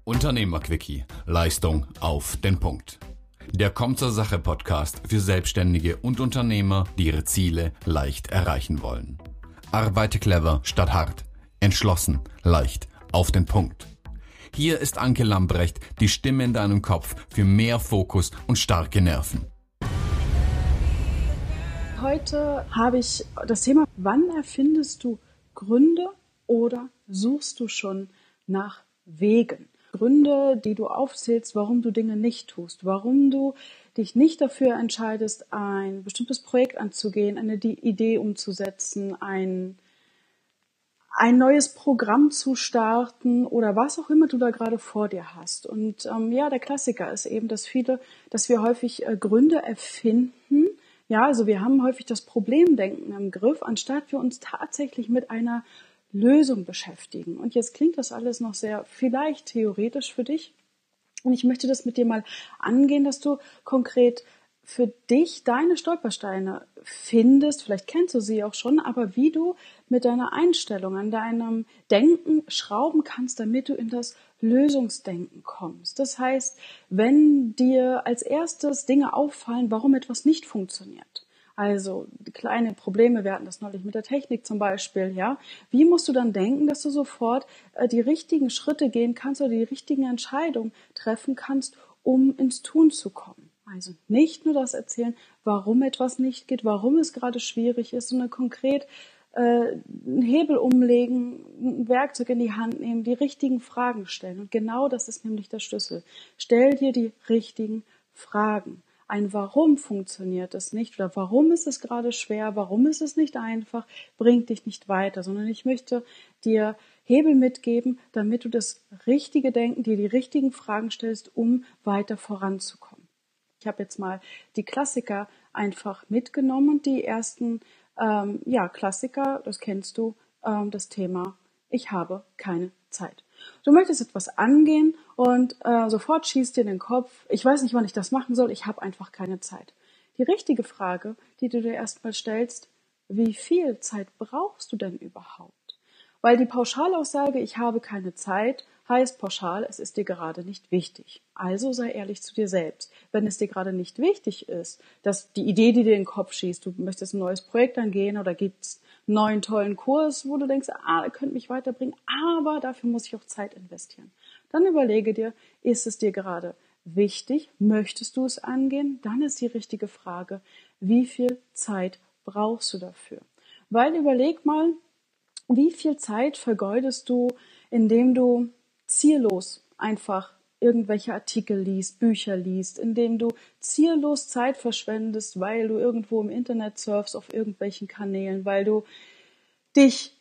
Unternehmerquickie. Leistung auf den Punkt. Der Komm-zur-Sache-Podcast für Selbstständige und Unternehmer, die ihre Ziele leicht erreichen wollen. Arbeite clever statt hart. Entschlossen, leicht, auf den Punkt. Hier ist Anke Lambrecht, die Stimme in deinem Kopf für mehr Fokus und starke Nerven. Heute habe ich das Thema, wann erfindest du Gründe oder suchst du schon nach Wegen? Gründe, die du aufzählst, warum du Dinge nicht tust, warum du dich nicht dafür entscheidest, ein bestimmtes Projekt anzugehen, eine Idee umzusetzen, ein neues Programm zu starten oder was auch immer du da gerade vor dir hast. Und der Klassiker ist eben, dass wir häufig Gründe erfinden. Ja, also wir haben häufig das Problemdenken im Griff, anstatt wir uns tatsächlich mit einer Lösung beschäftigen. Und jetzt klingt das alles noch sehr vielleicht theoretisch für dich. Und ich möchte das mit dir mal angehen, dass du konkret für dich deine Stolpersteine findest. Vielleicht kennst du sie auch schon, aber wie du mit deiner Einstellung, an deinem Denken schrauben kannst, damit du in das Lösungsdenken kommst. Das heißt, wenn dir als erstes Dinge auffallen, warum etwas nicht funktioniert, also kleine Probleme, wir hatten das neulich mit der Technik zum Beispiel, ja. Wie musst du dann denken, dass du sofort die richtigen Schritte gehen kannst oder die richtigen Entscheidungen treffen kannst, um ins Tun zu kommen? Also nicht nur das erzählen, warum etwas nicht geht, warum es gerade schwierig ist, sondern konkret einen Hebel umlegen, ein Werkzeug in die Hand nehmen, die richtigen Fragen stellen. Und genau das ist nämlich der Schlüssel. Stell dir die richtigen Fragen. Ein Warum funktioniert es nicht oder warum ist es gerade schwer, warum ist es nicht einfach, bringt dich nicht weiter, sondern ich möchte dir Hebel mitgeben, damit du das richtige Denken, dir die richtigen Fragen stellst, um weiter voranzukommen. Ich habe jetzt mal die Klassiker einfach mitgenommen und die ersten Klassiker, das kennst du, das Thema, ich habe keine Zeit. Du möchtest etwas angehen und sofort schießt dir in den Kopf, ich weiß nicht, wann ich das machen soll, ich habe einfach keine Zeit. Die richtige Frage, die du dir erstmal stellst, wie viel Zeit brauchst du denn überhaupt? Weil die Pauschalaussage, ich habe keine Zeit, heißt pauschal, es ist dir gerade nicht wichtig. Also sei ehrlich zu dir selbst. Wenn es dir gerade nicht wichtig ist, dass die Idee, die dir in den Kopf schießt, du möchtest ein neues Projekt angehen oder gibt's einen neuen tollen Kurs, wo du denkst, der könnte mich weiterbringen, aber dafür muss ich auch Zeit investieren. Dann überlege dir, ist es dir gerade wichtig? Möchtest du es angehen? Dann ist die richtige Frage, wie viel Zeit brauchst du dafür? Weil überleg mal, wie viel Zeit vergeudest du, indem du ziellos einfach irgendwelche Artikel liest, Bücher liest, indem du ziellos Zeit verschwendest, weil du irgendwo im Internet surfst auf irgendwelchen Kanälen, weil du dich,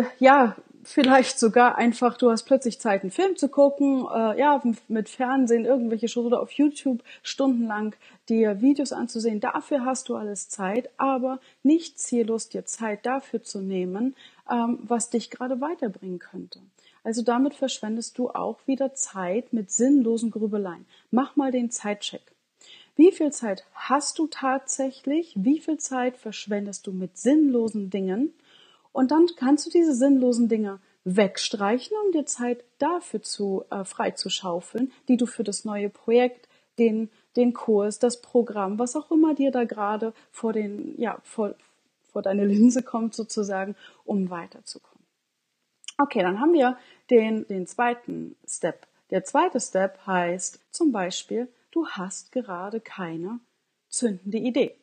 vielleicht sogar einfach, du hast plötzlich Zeit, einen Film zu gucken, mit Fernsehen, irgendwelche Shows oder auf YouTube stundenlang dir Videos anzusehen. Dafür hast du alles Zeit, aber nicht ziellos dir Zeit dafür zu nehmen, was dich gerade weiterbringen könnte. Also damit verschwendest du auch wieder Zeit mit sinnlosen Grübeleien. Mach mal den Zeitcheck. Wie viel Zeit hast du tatsächlich? Wie viel Zeit verschwendest du mit sinnlosen Dingen? Und dann kannst du diese sinnlosen Dinge wegstreichen, um dir Zeit dafür frei zu schaufeln, die du für das neue Projekt, den Kurs, das Programm, was auch immer dir da gerade vor deine Linse kommt sozusagen, um weiterzukommen. Okay, dann haben wir den zweiten Step. Der zweite Step heißt zum Beispiel, du hast gerade keine zündende Idee.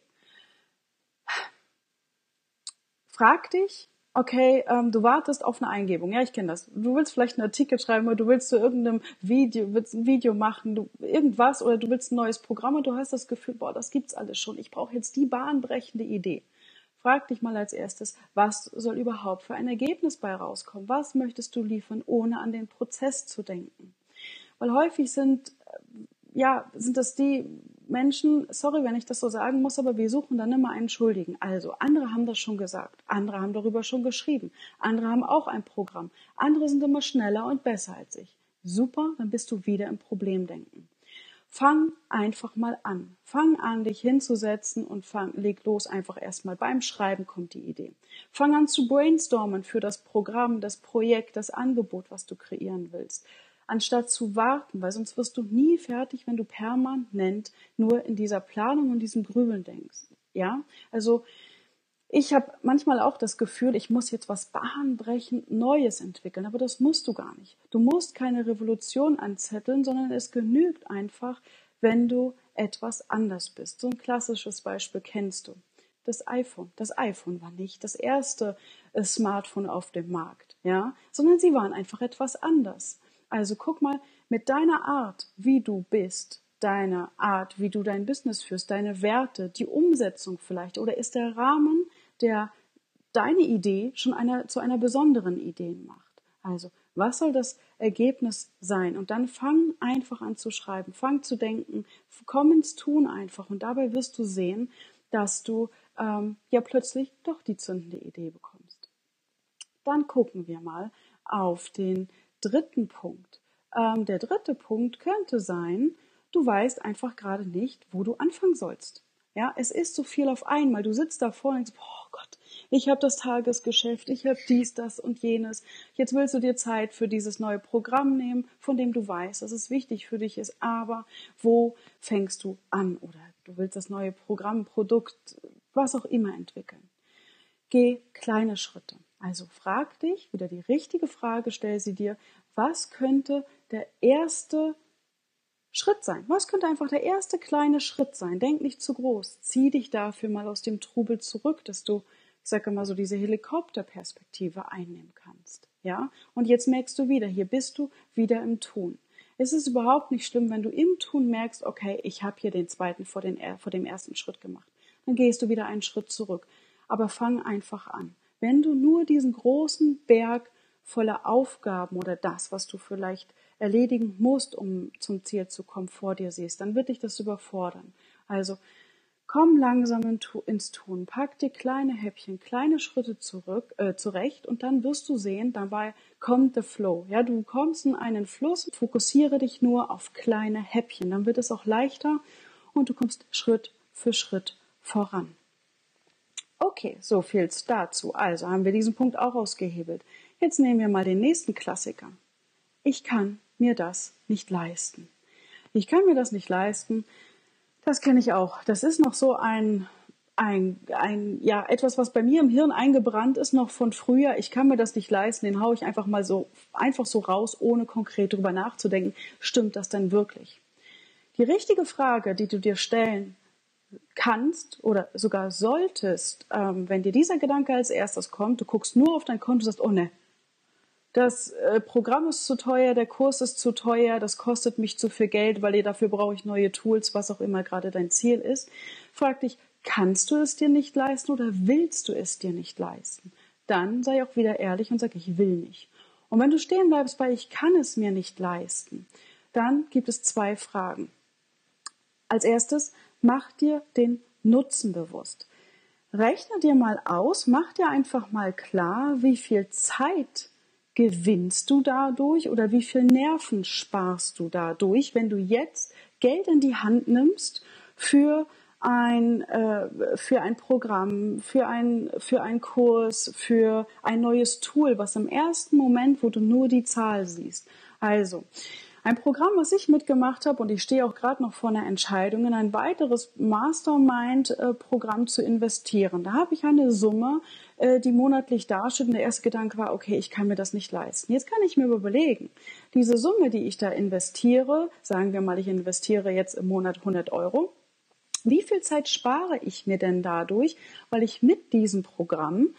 Frag dich, okay, du wartest auf eine Eingebung. Ja, ich kenne das. Du willst vielleicht einen Artikel schreiben oder du willst zu irgendeinem ein Video machen, irgendwas oder du willst ein neues Programm und du hast das Gefühl, das gibt's alles schon. Ich brauche jetzt die bahnbrechende Idee. Frag dich mal als erstes, was soll überhaupt für ein Ergebnis bei rauskommen? Was möchtest du liefern, ohne an den Prozess zu denken? Weil häufig sind das die Menschen, sorry, wenn ich das so sagen muss, aber wir suchen dann immer einen Schuldigen. Also, andere haben das schon gesagt, andere haben darüber schon geschrieben, andere haben auch ein Programm, andere sind immer schneller und besser als ich. Super, dann bist du wieder im Problemdenken. Fang einfach mal an. Fang an, dich hinzusetzen und leg los einfach erstmal. Beim Schreiben kommt die Idee. Fang an zu brainstormen für das Programm, das Projekt, das Angebot, was du kreieren willst. anstatt zu warten, weil sonst wirst du nie fertig, wenn du permanent nur in dieser Planung und diesem Grübeln denkst. Ja, also ich habe manchmal auch das Gefühl, ich muss jetzt was bahnbrechend Neues entwickeln, aber das musst du gar nicht. Du musst keine Revolution anzetteln, sondern es genügt einfach, wenn du etwas anders bist. So ein klassisches Beispiel kennst du. Das iPhone. Das iPhone war nicht das erste Smartphone auf dem Markt, ja, sondern sie waren einfach etwas anders. Also guck mal, mit deiner Art, wie du bist, deine Art, wie du dein Business führst, deine Werte, die Umsetzung vielleicht, oder ist der Rahmen, der deine Idee schon zu einer besonderen Idee macht. Also, was soll das Ergebnis sein? Und dann fang einfach an zu schreiben, fang zu denken, komm ins Tun einfach. Und dabei wirst du sehen, dass du ja plötzlich doch die zündende Idee bekommst. Dann gucken wir mal auf den dritten Punkt. Der dritte Punkt könnte sein, du weißt einfach gerade nicht, wo du anfangen sollst. Ja, es ist so viel auf einmal. Du sitzt davor und denkst, oh Gott, ich habe das Tagesgeschäft, ich habe dies, das und jenes. Jetzt willst du dir Zeit für dieses neue Programm nehmen, von dem du weißt, dass es wichtig für dich ist. Aber wo fängst du an? Oder du willst das neue Programm, Produkt, was auch immer entwickeln. Geh kleine Schritte. Also frag dich, wieder die richtige Frage, stell sie dir, was könnte der erste Schritt sein? Was könnte einfach der erste kleine Schritt sein? Denk nicht zu groß. Zieh dich dafür mal aus dem Trubel zurück, dass du, ich sage mal so, diese Helikopterperspektive einnehmen kannst. Ja? Und jetzt merkst du wieder, hier bist du wieder im Tun. Es ist überhaupt nicht schlimm, wenn du im Tun merkst, okay, ich habe hier den zweiten vor dem ersten Schritt gemacht. Dann gehst du wieder einen Schritt zurück. Aber fang einfach an. Wenn du nur diesen großen Berg voller Aufgaben oder das, was du vielleicht erledigen musst, um zum Ziel zu kommen, vor dir siehst, dann wird dich das überfordern. Also komm langsam ins Tun, pack dir kleine Häppchen, kleine Schritte zurecht und dann wirst du sehen, dabei kommt der Flow. Ja, du kommst in einen Fluss, fokussiere dich nur auf kleine Häppchen, dann wird es auch leichter und du kommst Schritt für Schritt voran. Okay, so viel dazu. Also haben wir diesen Punkt auch ausgehebelt. Jetzt nehmen wir mal den nächsten Klassiker. Ich kann mir das nicht leisten. Ich kann mir das nicht leisten. Das kenne ich auch. Das ist noch so etwas, was bei mir im Hirn eingebrannt ist, noch von früher. Ich kann mir das nicht leisten. Den haue ich einfach so raus, ohne konkret drüber nachzudenken. Stimmt das denn wirklich? Die richtige Frage, die du dir stellen kannst oder sogar solltest, wenn dir dieser Gedanke als erstes kommt, du guckst nur auf dein Konto und sagst, oh ne, das Programm ist zu teuer, der Kurs ist zu teuer, das kostet mich zu viel Geld, weil dafür brauche ich neue Tools, was auch immer gerade dein Ziel ist. Frag dich, kannst du es dir nicht leisten oder willst du es dir nicht leisten? Dann sei auch wieder ehrlich und sag, ich will nicht. Und wenn du stehen bleibst bei, ich kann es mir nicht leisten, dann gibt es 2 Fragen. Als erstes, mach dir den Nutzen bewusst. Rechne dir mal aus, mach dir einfach mal klar, wie viel Zeit gewinnst du dadurch oder wie viel Nerven sparst du dadurch, wenn du jetzt Geld in die Hand nimmst für ein Programm, für einen Kurs, für ein neues Tool, was im ersten Moment, wo du nur die Zahl siehst. Also, ein Programm, was ich mitgemacht habe, und ich stehe auch gerade noch vor einer Entscheidung, in ein weiteres Mastermind-Programm zu investieren. Da habe ich eine Summe, die monatlich dasteht, und der erste Gedanke war, okay, ich kann mir das nicht leisten. Jetzt kann ich mir überlegen, diese Summe, die ich da investiere, sagen wir mal, ich investiere jetzt im Monat 100 Euro, wie viel Zeit spare ich mir denn dadurch, weil ich mit diesem Programm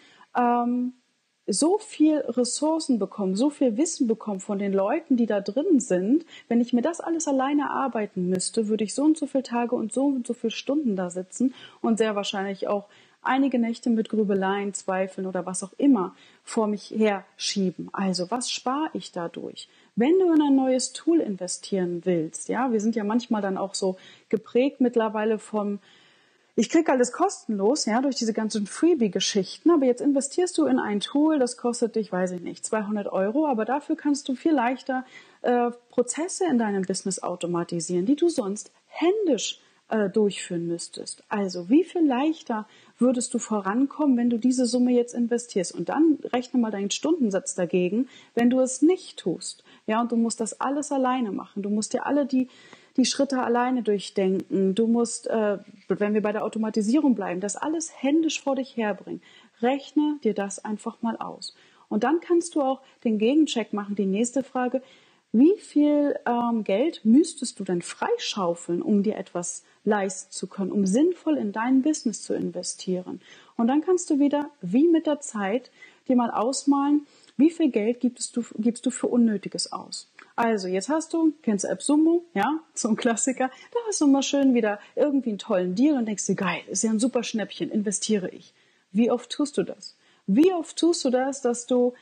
so viel Ressourcen bekommen, so viel Wissen bekommen von den Leuten, die da drin sind. Wenn ich mir das alles alleine erarbeiten müsste, würde ich so und so viele Tage und so viele Stunden da sitzen und sehr wahrscheinlich auch einige Nächte mit Grübeleien, Zweifeln oder was auch immer vor mich her schieben. Also was spare ich dadurch? Wenn du in ein neues Tool investieren willst, ja, wir sind ja manchmal dann auch so geprägt mittlerweile vom ich kriege alles kostenlos, ja, durch diese ganzen Freebie-Geschichten, aber jetzt investierst du in ein Tool, das kostet dich, weiß ich nicht, 200 Euro, aber dafür kannst du viel leichter Prozesse in deinem Business automatisieren, die du sonst händisch durchführen müsstest. Also wie viel leichter würdest du vorankommen, wenn du diese Summe jetzt investierst? Und dann rechne mal deinen Stundensatz dagegen, wenn du es nicht tust. Ja, und du musst das alles alleine machen. Du musst dir alle die Schritte alleine durchdenken. Du musst, wenn wir bei der Automatisierung bleiben, das alles händisch vor dich herbringen. Rechne dir das einfach mal aus. Und dann kannst du auch den Gegencheck machen. Die nächste Frage: Wie viel Geld müsstest du denn freischaufeln, um dir etwas leisten zu können, um sinnvoll in dein Business zu investieren? Und dann kannst du wieder, wie mit der Zeit, dir mal ausmalen, wie viel Geld gibst du für Unnötiges aus. Also jetzt kennst du AppSumo, ja, so ein Klassiker, da hast du mal schön wieder irgendwie einen tollen Deal und denkst dir, geil, ist ja ein super Schnäppchen, investiere ich. Wie oft tust du das? Wie oft tust du das, dass du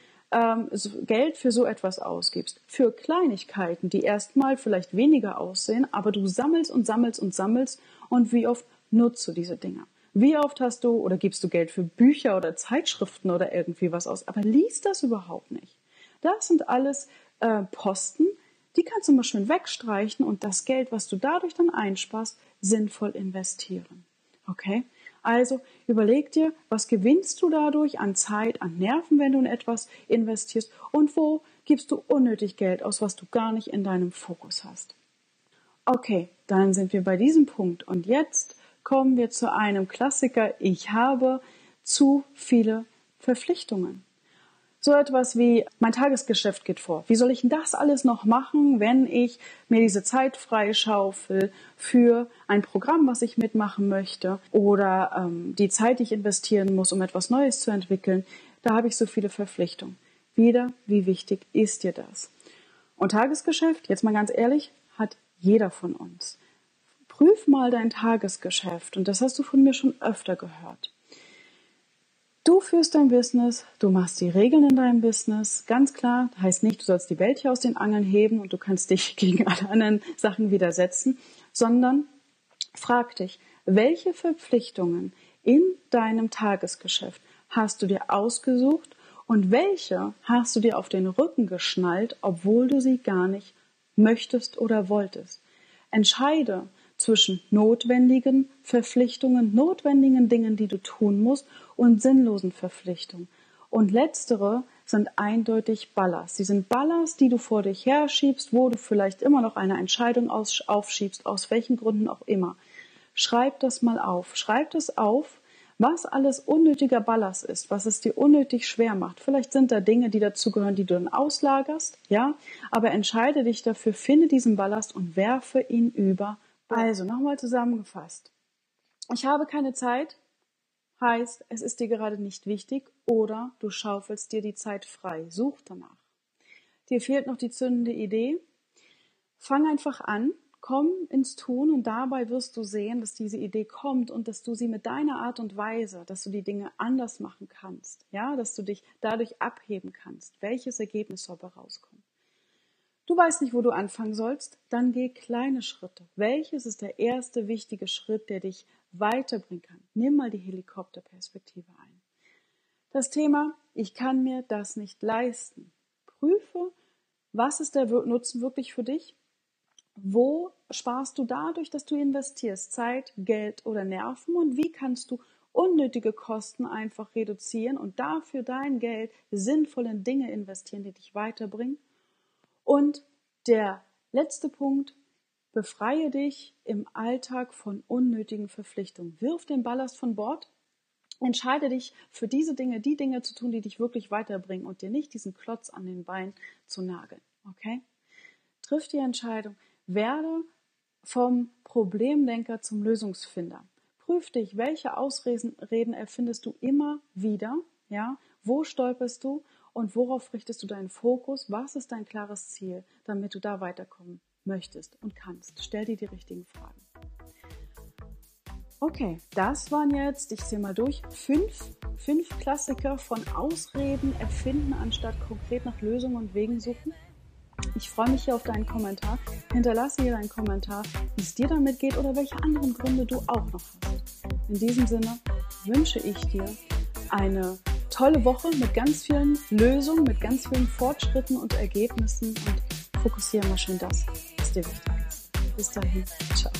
Geld für so etwas ausgibst? Für Kleinigkeiten, die erstmal vielleicht weniger aussehen, aber du sammelst und sammelst und sammelst. Und wie oft nutzt du diese Dinge? Wie oft hast du oder gibst du Geld für Bücher oder Zeitschriften oder irgendwie was aus? Aber liest das überhaupt nicht. Das sind alles Posten, die kannst du mal schön wegstreichen und das Geld, was du dadurch dann einsparst, sinnvoll investieren. Okay? Also überleg dir, was gewinnst du dadurch an Zeit, an Nerven, wenn du in etwas investierst, und wo gibst du unnötig Geld aus, was du gar nicht in deinem Fokus hast. Okay, dann sind wir bei diesem Punkt und jetzt kommen wir zu einem Klassiker: Ich habe zu viele Verpflichtungen. So etwas wie, mein Tagesgeschäft geht vor. Wie soll ich denn das alles noch machen, wenn ich mir diese Zeit freischaufel für ein Programm, was ich mitmachen möchte, oder die Zeit, die ich investieren muss, um etwas Neues zu entwickeln? Da habe ich so viele Verpflichtungen. Wieder, wie wichtig ist dir das? Und Tagesgeschäft, jetzt mal ganz ehrlich, hat jeder von uns. Prüf mal dein Tagesgeschäft, und das hast du von mir schon öfter gehört. Du führst dein Business, du machst die Regeln in deinem Business, ganz klar, heißt nicht, du sollst die Welt hier aus den Angeln heben und du kannst dich gegen alle anderen Sachen widersetzen, sondern frag dich, welche Verpflichtungen in deinem Tagesgeschäft hast du dir ausgesucht und welche hast du dir auf den Rücken geschnallt, obwohl du sie gar nicht möchtest oder wolltest. Entscheide zwischen notwendigen Verpflichtungen, notwendigen Dingen, die du tun musst, und sinnlosen Verpflichtungen. Und letztere sind eindeutig Ballast. Sie sind Ballast, die du vor dich herschiebst, wo du vielleicht immer noch eine Entscheidung aufschiebst, aus welchen Gründen auch immer. Schreib das mal auf. Schreib das auf, was alles unnötiger Ballast ist, was es dir unnötig schwer macht. Vielleicht sind da Dinge, die dazugehören, die du dann auslagerst, ja, aber entscheide dich dafür, finde diesen Ballast und werfe ihn über. Also, nochmal zusammengefasst. Ich habe keine Zeit, heißt, es ist dir gerade nicht wichtig, oder du schaufelst dir die Zeit frei. Such danach. Dir fehlt noch die zündende Idee. Fang einfach an, komm ins Tun, und dabei wirst du sehen, dass diese Idee kommt und dass du sie mit deiner Art und Weise, dass du die Dinge anders machen kannst, ja, dass du dich dadurch abheben kannst. Welches Ergebnis soll dabei rauskommen? Du weißt nicht, wo du anfangen sollst, dann geh kleine Schritte. Welches ist der erste wichtige Schritt, der dich weiterbringen kann? Nimm mal die Helikopterperspektive ein. Das Thema, ich kann mir das nicht leisten. Prüfe, was ist der Nutzen wirklich für dich? Wo sparst du dadurch, dass du investierst? Zeit, Geld oder Nerven? Und wie kannst du unnötige Kosten einfach reduzieren und dafür dein Geld sinnvoll in Dinge investieren, die dich weiterbringen? Und der letzte Punkt: Befreie dich im Alltag von unnötigen Verpflichtungen. Wirf den Ballast von Bord. Entscheide dich für diese Dinge, die Dinge zu tun, die dich wirklich weiterbringen, und dir nicht diesen Klotz an den Beinen zu nageln. Okay? Triff die Entscheidung. Werde vom Problemdenker zum Lösungsfinder. Prüf dich, welche Ausreden erfindest du immer wieder, ja? Wo stolperst du und worauf richtest du deinen Fokus? Was ist dein klares Ziel, damit du da weiterkommen möchtest und kannst? Stell dir die richtigen Fragen. Okay, das waren jetzt, ich zähle mal durch, fünf Klassiker von Ausreden erfinden, anstatt konkret nach Lösungen und Wegen suchen. Ich freue mich hier auf deinen Kommentar. Hinterlasse hier deinen Kommentar, wie es dir damit geht oder welche anderen Gründe du auch noch hast. In diesem Sinne wünsche ich dir eine tolle Woche mit ganz vielen Lösungen, mit ganz vielen Fortschritten und Ergebnissen, und fokussiere mal schön das, was dir wichtig ist. Bis dahin, ciao.